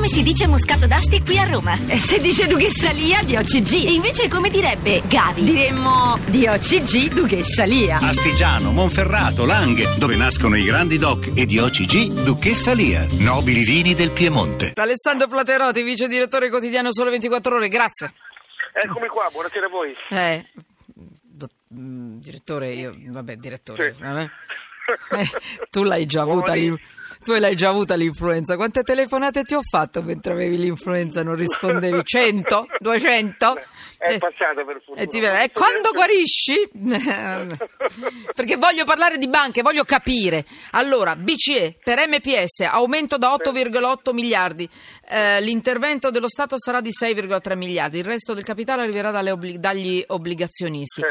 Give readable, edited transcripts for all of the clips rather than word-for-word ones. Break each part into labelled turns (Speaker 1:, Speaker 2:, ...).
Speaker 1: come si dice Muscato d'Asti qui a Roma?
Speaker 2: Se dice Duchessa Lia, di OCG.
Speaker 1: E invece come direbbe Gavi?
Speaker 2: Diremmo di OCG Duchessa Lia.
Speaker 3: Astigiano, Monferrato, Langhe, dove nascono i grandi doc, e di OCG Duchessa Lia, nobili vini del Piemonte.
Speaker 4: Alessandro Platerotti, vice direttore quotidiano Sole 24 Ore, grazie.
Speaker 5: Eccomi qua, buonasera a voi.
Speaker 4: Direttore, direttore.
Speaker 5: Sì.
Speaker 4: Vabbè. Tu l'hai già avuta l'influenza. Quante telefonate ti ho fatto mentre avevi l'influenza? Non rispondevi? 100? 200?
Speaker 5: È passata per fortuna.
Speaker 4: E quando guarisci? Perché voglio parlare di banche, voglio capire. Allora, BCE per MPS aumento da 8,8 miliardi, l'intervento dello Stato sarà di 6,3 miliardi, il resto del capitale arriverà dagli obbligazionisti.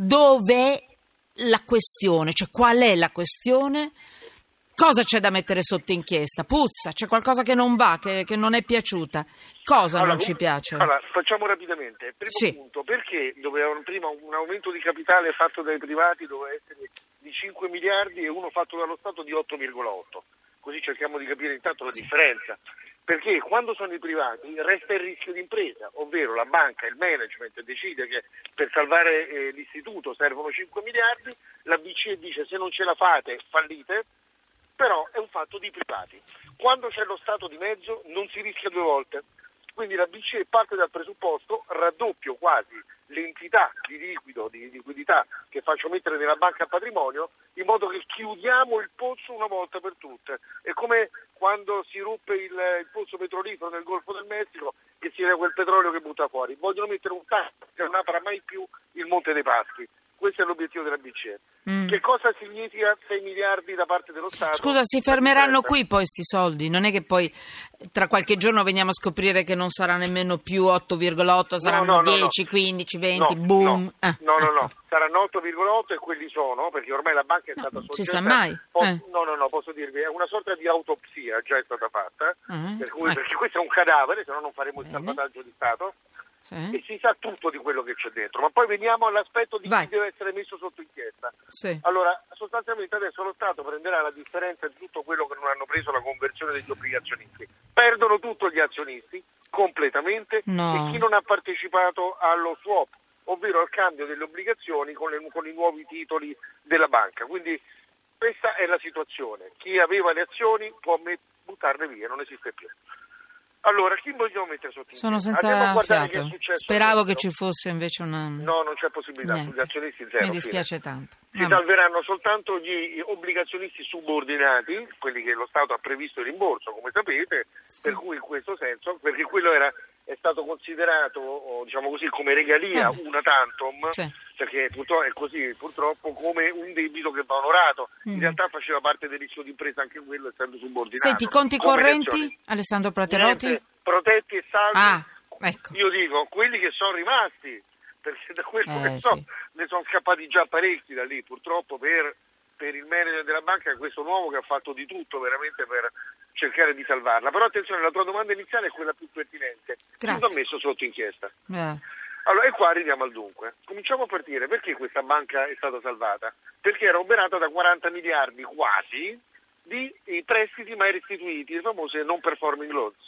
Speaker 4: Dov'è la questione? Cioè, qual è la questione? Cosa c'è da mettere sotto inchiesta? Puzza, c'è qualcosa che non va, che non è piaciuta? Cosa non ci piace?
Speaker 5: Allora, facciamo rapidamente. Primo punto, perché prima un aumento di capitale fatto dai privati doveva essere di 5 miliardi e uno fatto dallo Stato di 8,8? Così cerchiamo di capire intanto la differenza. Perché quando sono i privati resta il rischio d'impresa, ovvero la banca, il management decide che per salvare l'istituto servono 5 miliardi, la BCE dice se non ce la fate fallite, però è un fatto di privati. Quando c'è lo Stato di mezzo non si rischia due volte, quindi la BCE parte dal presupposto, raddoppio quasi l'entità di liquidità che faccio mettere nella banca a patrimonio, in modo che chiudiamo il pozzo una volta per tutte. È come quando si ruppe il pozzo petrolifero nel Golfo del Messico e si era quel petrolio che butta fuori. Vogliono mettere un tasto che non apra mai più il Monte dei Paschi. Questo è l'obiettivo della BCE. Che cosa significa 6 miliardi da parte dello Stato?
Speaker 4: Scusa, si fermeranno qui poi sti soldi? Non è che poi tra qualche giorno veniamo a scoprire che non sarà nemmeno più 8,8, saranno 10, 15, 20, boom.
Speaker 5: No, saranno 8,8 e quelli sono, perché ormai la banca è stata soggetta.
Speaker 4: Si sa mai.
Speaker 5: Posso dirvi, è una sorta di autopsia, già è stata fatta, perché questo è un cadavere, se no non faremo il salvataggio di Stato. Sì. E si sa tutto di quello che c'è dentro, ma poi veniamo all'aspetto di chi deve essere messo sotto inchiesta. Sì. Allora, sostanzialmente adesso lo Stato prenderà la differenza di tutto quello che non hanno preso la conversione degli obbligazionisti. Perdono tutto gli azionisti, completamente, e chi non ha partecipato allo swap, ovvero al cambio delle obbligazioni con i nuovi titoli della banca. Quindi questa è la situazione. Chi aveva le azioni può buttarle via, non esiste più. Allora, chi vogliamo mettere sotto inchiesta?
Speaker 4: Sono senza fiato. Speravo che ci fosse invece una...
Speaker 5: No, non c'è possibilità, gli azionisti zero.
Speaker 4: Mi dispiace tanto.
Speaker 5: Si salveranno soltanto gli obbligazionisti subordinati, quelli che lo Stato ha previsto il rimborso, come sapete, per cui in questo senso, perché quello è stato considerato, diciamo così, come regalia una tantum, perché purtroppo è così, purtroppo, come un debito che va onorato. In realtà faceva parte del rischio d'impresa anche quello, essendo subordinato.
Speaker 4: Senti, conti correnti, Alessandro Platerotti?
Speaker 5: Niente, protetti e salvi.
Speaker 4: Ecco.
Speaker 5: Io dico, quelli che sono rimasti, perché da quello che so, ne sono scappati già parecchi da lì, purtroppo per il manager della banca, questo nuovo che ha fatto di tutto veramente per cercare di salvarla. Però attenzione, la tua domanda iniziale è quella più pertinente. Chi va messo sotto inchiesta? Allora, e qua arriviamo al dunque. Cominciamo a partire. Perché questa banca è stata salvata? Perché era oberata da 40 miliardi quasi di prestiti mai restituiti, le famose non performing loans.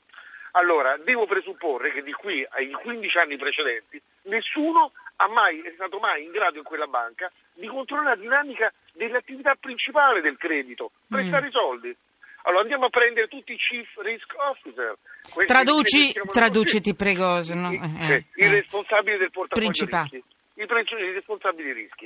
Speaker 5: Allora, devo presupporre che di qui ai 15 anni precedenti nessuno è stato mai in grado in quella banca di controllare la dinamica dell'attività principale del credito, prestare i soldi. Allora andiamo a prendere tutti i chief risk officer.
Speaker 4: Traduci ti prego.
Speaker 5: I responsabili del portafoglio rischi. I responsabili rischi.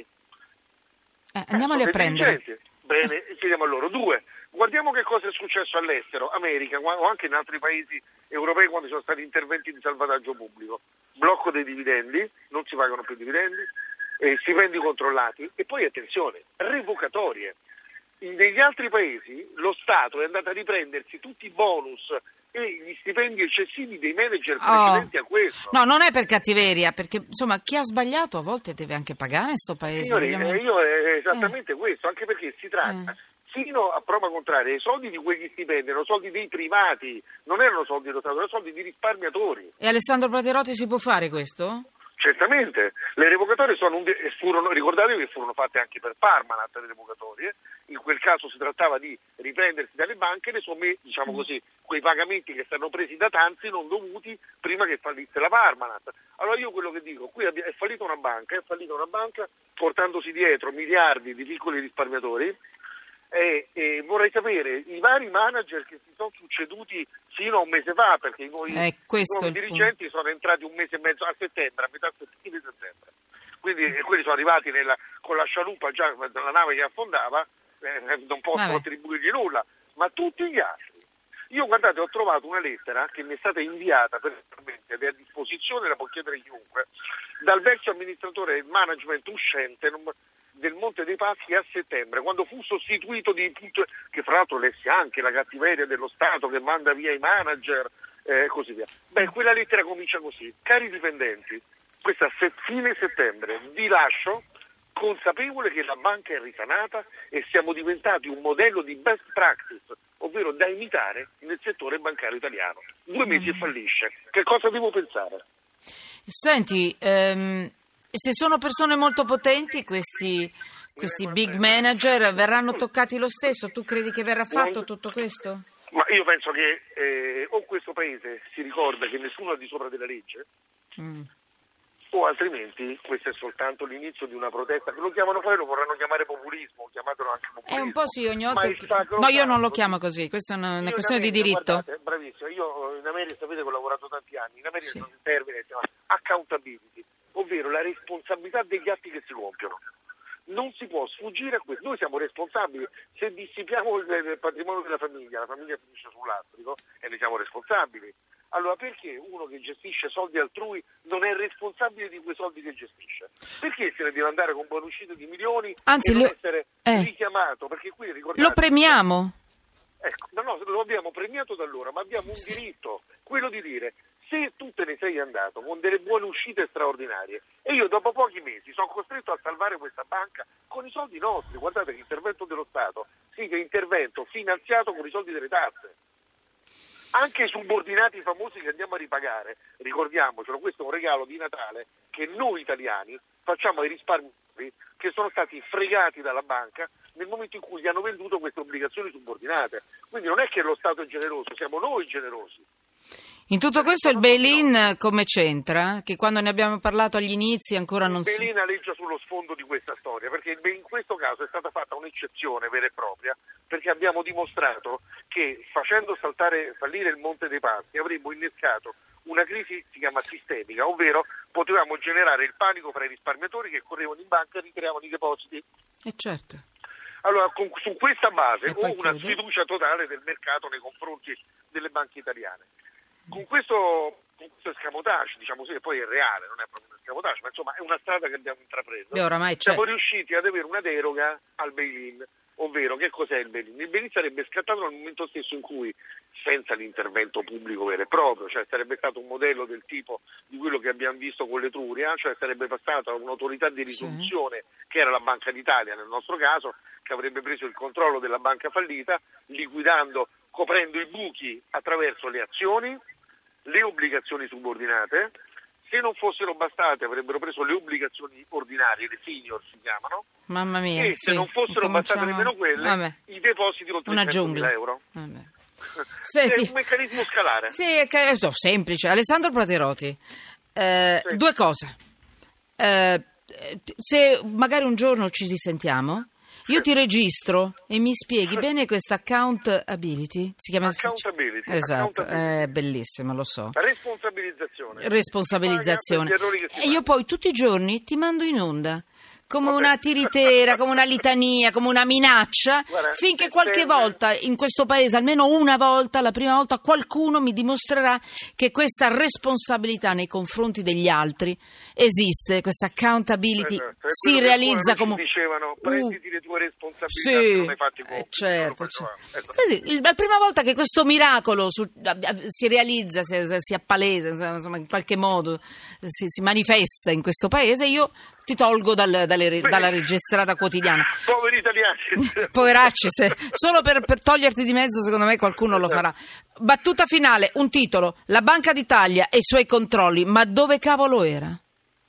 Speaker 4: Andiamoli a prendere.
Speaker 5: Bene, chiediamo a loro. 2. Guardiamo che cosa è successo all'estero, America o anche in altri paesi europei quando sono stati interventi di salvataggio pubblico. Blocco dei dividendi, non si pagano più dividendi, stipendi controllati e poi attenzione, revocatorie. Negli altri paesi lo Stato è andato a riprendersi tutti i bonus e gli stipendi eccessivi dei manager precedenti a questo.
Speaker 4: No, non è per cattiveria, perché insomma chi ha sbagliato a volte deve anche pagare in sto paese.
Speaker 5: Io è esattamente questo, anche perché si tratta fino a prova contraria, i soldi di quegli stipendi erano soldi dei privati, non erano soldi dello Stato, erano soldi di risparmiatori.
Speaker 4: E Alessandro Platerotti si può fare questo?
Speaker 5: Certamente, le revocatorie ricordatevi che furono fatte anche per Parmalat le revocatorie, in quel caso si trattava di riprendersi dalle banche le somme, diciamo così, quei pagamenti che stanno presi da tanti non dovuti prima che fallisse la Parmalat. Allora io quello che dico, qui è fallita una banca portandosi dietro miliardi di piccoli risparmiatori e vorrei sapere i vari manager che si sono succeduti fino a un mese fa, perché i nuovi dirigenti sono entrati un mese e mezzo a settembre, a metà fine settembre, quindi quelli sono arrivati con la scialuppa già la nave che affondava, non posso attribuirgli nulla, ma tutti gli altri. Io guardate, ho trovato una lettera che mi è stata inviata personalmente ed è a disposizione, la può chiedere chiunque, dal vecchio amministratore management uscente del Monte dei Paschi a settembre, quando fu sostituito che fra l'altro lessi anche la cattiveria dello Stato che manda via i manager e così via. Quella lettera comincia così: cari dipendenti, questa fine settembre vi lascio consapevole che la banca è risanata e siamo diventati un modello di best practice, ovvero da imitare nel settore bancario italiano. 2 mesi e fallisce. Che cosa devo pensare?
Speaker 4: Senti, se sono persone molto potenti, questi big manager verranno toccati lo stesso? Tu credi che verrà fatto tutto questo?
Speaker 5: Ma io penso che o questo paese si ricorda che nessuno è al di sopra della legge, o altrimenti questo è soltanto l'inizio di una protesta che lo chiamano, poi lo vorranno chiamare populismo, chiamatelo anche populismo.
Speaker 4: È un po' sì, ogni volta. No, io non lo chiamo così, questa è una questione di diritto.
Speaker 5: Guardate, bravissimo, io in America, sapete che ho lavorato tanti anni, in America c'è un termine che si chiama accountability, ovvero la responsabilità degli atti che si compiono. Non si può sfuggire a questo. Noi siamo responsabili. Se dissipiamo il patrimonio della famiglia, la famiglia finisce sul lastrico e ne siamo responsabili. Allora perché uno che gestisce soldi altrui non è responsabile di quei soldi che gestisce? Perché se ne deve andare con buonuscite di milioni e non essere richiamato? Perché qui
Speaker 4: lo premiamo.
Speaker 5: Ecco, no, lo abbiamo premiato da allora, ma abbiamo un diritto, quello di dire: se tu te ne sei andato con delle buone uscite straordinarie e io dopo pochi mesi sono costretto a salvare questa banca con i soldi nostri, guardate che l'intervento dello Stato, sì, che è intervento finanziato con i soldi delle tasse. Anche i subordinati famosi che andiamo a ripagare, ricordiamocelo, questo è un regalo di Natale che noi italiani facciamo ai risparmiatori che sono stati fregati dalla banca nel momento in cui gli hanno venduto queste obbligazioni subordinate. Quindi non è che lo Stato è generoso, siamo noi generosi.
Speaker 4: In tutto questo il bail-in come c'entra? Che quando ne abbiamo parlato agli inizi ancora non si...
Speaker 5: Il bail-in aleggia sullo sfondo di questa storia, perché in questo caso è stata fatta un'eccezione vera e propria, perché abbiamo dimostrato che facendo fallire il Monte dei Paschi avremmo innescato una crisi, si chiama sistemica, ovvero potevamo generare il panico fra i risparmiatori che correvano in banca e ritiravano i depositi.
Speaker 4: Certo.
Speaker 5: Allora, su questa base ho una sfiducia totale del mercato nei confronti delle banche italiane. Con questo escamotage, diciamo così, che poi è reale, non è proprio un escamotage, ma insomma è una strada che abbiamo intrapreso. Siamo riusciti ad avere una deroga al bail-in, ovvero che cos'è il bail-in? Il bail-in sarebbe scattato nel momento stesso in cui, senza l'intervento pubblico vero e proprio, cioè sarebbe stato un modello del tipo di quello che abbiamo visto con l'Etruria, cioè sarebbe passata un'autorità di risoluzione che era la Banca d'Italia nel nostro caso, che avrebbe preso il controllo della banca fallita, liquidando, coprendo i buchi attraverso le azioni, le obbligazioni subordinate. Se non fossero bastate avrebbero preso le obbligazioni ordinarie, le senior si chiamano.
Speaker 4: Mamma mia.
Speaker 5: E se non fossero bastate nemmeno quelle, i depositi oltre 100.000 euro.
Speaker 4: Senti,
Speaker 5: è un meccanismo scalare.
Speaker 4: Sì, è semplice. Alessandro Praterotti, due cose. Se magari un giorno ci risentiamo, io ti registro e mi spieghi bene questa accountability. Si chiama
Speaker 5: accountability.
Speaker 4: Esatto, è bellissimo, lo so.
Speaker 5: Responsabilizzazione.
Speaker 4: E io poi tutti i giorni ti mando in onda come una tiritera, come una litania, come una minaccia, finché qualche volta in questo paese, almeno una volta, la prima volta, qualcuno mi dimostrerà che questa responsabilità nei confronti degli altri esiste, questa accountability si realizza come...
Speaker 5: dicevano, prenditi le tue responsabilità, se non hai fatti compiti.
Speaker 4: Certo. Così, la prima volta che questo miracolo si realizza, si appalesa, insomma, in qualche modo si manifesta in questo paese, io ti tolgo dalla registrata quotidiana.
Speaker 5: Poveri italiani.
Speaker 4: Poveracci, solo per toglierti di mezzo, secondo me qualcuno lo farà. Battuta finale, un titolo: La Banca d'Italia e i suoi controlli, ma dove cavolo era?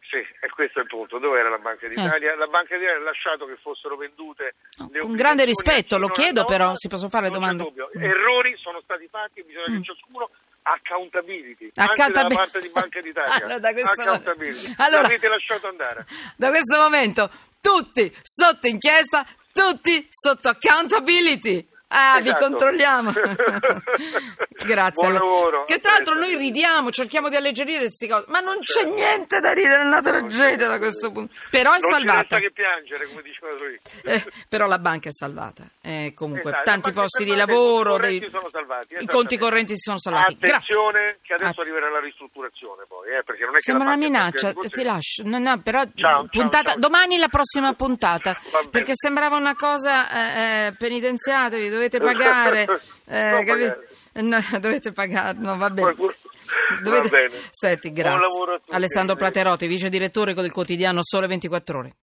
Speaker 5: Sì, e questo è il punto. Dove era la Banca d'Italia? La Banca d'Italia ha lasciato che fossero vendute le
Speaker 4: con grande rispetto, lo
Speaker 5: non
Speaker 4: chiedo
Speaker 5: andavano,
Speaker 4: però, si possono fare
Speaker 5: non
Speaker 4: domande?
Speaker 5: c'è dubbio. Errori sono stati fatti e bisogna che ciascuno accountability, anche dalla parte di Banca d'Italia. Accountability. L'avete lasciato andare.
Speaker 4: Da questo momento tutti sotto inchiesta, tutti sotto accountability.
Speaker 5: Esatto.
Speaker 4: Vi controlliamo. Grazie.
Speaker 5: Buon lavoro.
Speaker 4: Che tra l'altro noi ridiamo, cerchiamo di alleggerire queste cose, ma non c'è niente da ridere, è una tragedia da questo punto. Però è salvata.
Speaker 5: Non c'è che piangere, come diceva lui.
Speaker 4: Però la banca è salvata. Comunque,
Speaker 5: Esatto,
Speaker 4: tanti posti di lavoro, i conti correnti si sono salvati.
Speaker 5: Attenzione,
Speaker 4: Grazie.
Speaker 5: che adesso arriverà la ristrutturazione poi, perché non è che
Speaker 4: sembra
Speaker 5: la
Speaker 4: una
Speaker 5: banca
Speaker 4: minaccia, ti lascio. No, però
Speaker 5: Ciao.
Speaker 4: domani la prossima puntata,
Speaker 5: perché
Speaker 4: sembrava una cosa penitenziatevi, dovete pagare. No, dovete pagare, no, va bene.
Speaker 5: Va bene.
Speaker 4: Senti, grazie.
Speaker 5: Buon lavoro a tutti.
Speaker 4: Alessandro Platerotti, vice direttore del quotidiano Sole 24 Ore.